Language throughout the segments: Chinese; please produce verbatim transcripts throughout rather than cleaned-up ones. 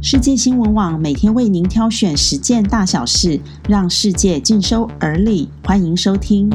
世界新闻网每天为您挑选十件大小事，让世界尽收耳里。欢迎收听。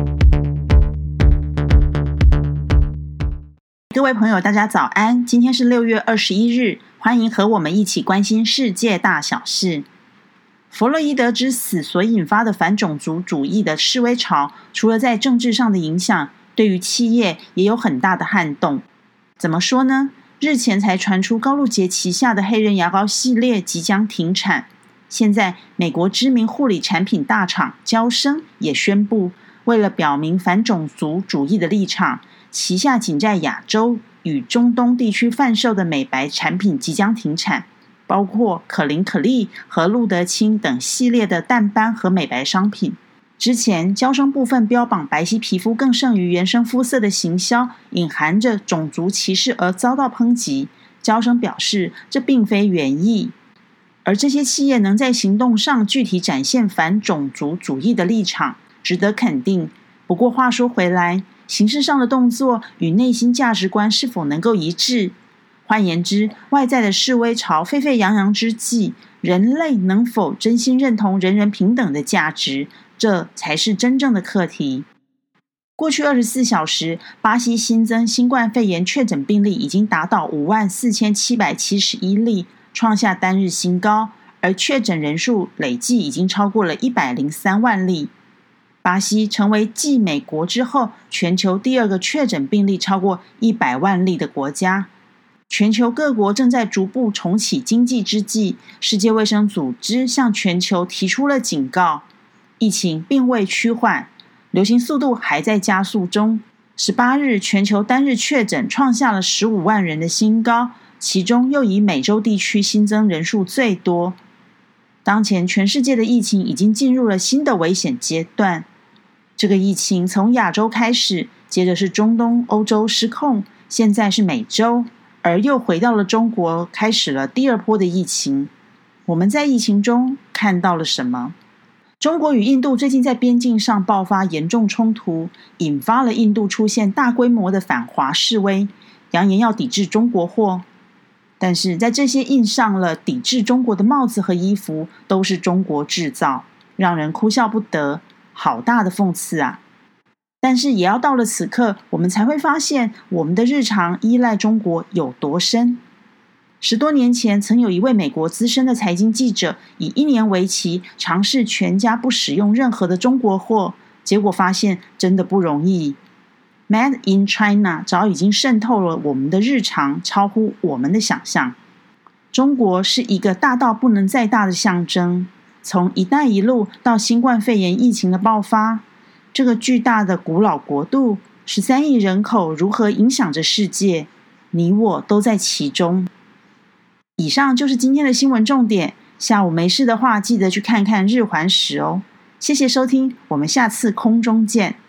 各位朋友，大家早安！今天是六月二十一日，欢迎和我们一起关心世界大小事。弗洛伊德之死所引发的反种族主义的示威潮，除了在政治上的影响，对于企业也有很大的撼动。怎么说呢？日前才传出高露洁旗下的黑人牙膏系列即将停产，现在美国知名护理产品大厂娇生也宣布，为了表明反种族主义的立场，旗下仅在亚洲与中东地区贩售的美白产品即将停产，包括可伶可俐和露得清等系列的淡斑和美白商品。之前娇生部分标榜白皙皮肤更胜于原生肤色的行销，隐含着种族歧视而遭到抨击。娇生表示，这并非原意。而这些企业能在行动上具体展现反种族主义的立场，值得肯定。不过话说回来，形式上的动作与内心价值观是否能够一致？换言之，外在的示威潮沸沸扬扬之际，人类能否真心认同人人平等的价值？这才是真正的课题。过去二十四小时，巴西新增新冠肺炎确诊病例已经达到五万四千七百七十一例，创下单日新高，而确诊人数累计已经超过了一百零三万例。巴西成为继美国之后，全球第二个确诊病例超过一百万例的国家。全球各国正在逐步重启经济之际，世界卫生组织向全球提出了警告。疫情并未趋缓，流行速度还在加速中。十八日，全球单日确诊创下了十五万人的新高，其中又以美洲地区新增人数最多。当前全世界的疫情已经进入了新的危险阶段。这个疫情从亚洲开始，接着是中东、欧洲失控，现在是美洲，而又回到了中国，开始了第二波的疫情。我们在疫情中看到了什么？中国与印度最近在边境上爆发严重冲突，引发了印度出现大规模的反华示威，扬言要抵制中国货。但是在这些印上了抵制中国的帽子和衣服都是中国制造，让人哭笑不得，好大的讽刺啊！但是也要到了此刻，我们才会发现我们的日常依赖中国有多深。十多年前，曾有一位美国资深的财经记者，以一年为期，尝试全家不使用任何的中国货，结果发现真的不容易。Made in China 早已经渗透了我们的日常，超乎我们的想象。中国是一个大到不能再大的象征，从一带一路到新冠肺炎疫情的爆发，这个巨大的古老国度，十三亿人口如何影响着世界，你我都在其中。以上就是今天的新闻重点，下午没事的话，记得去看看日环食哦。谢谢收听，我们下次空中见。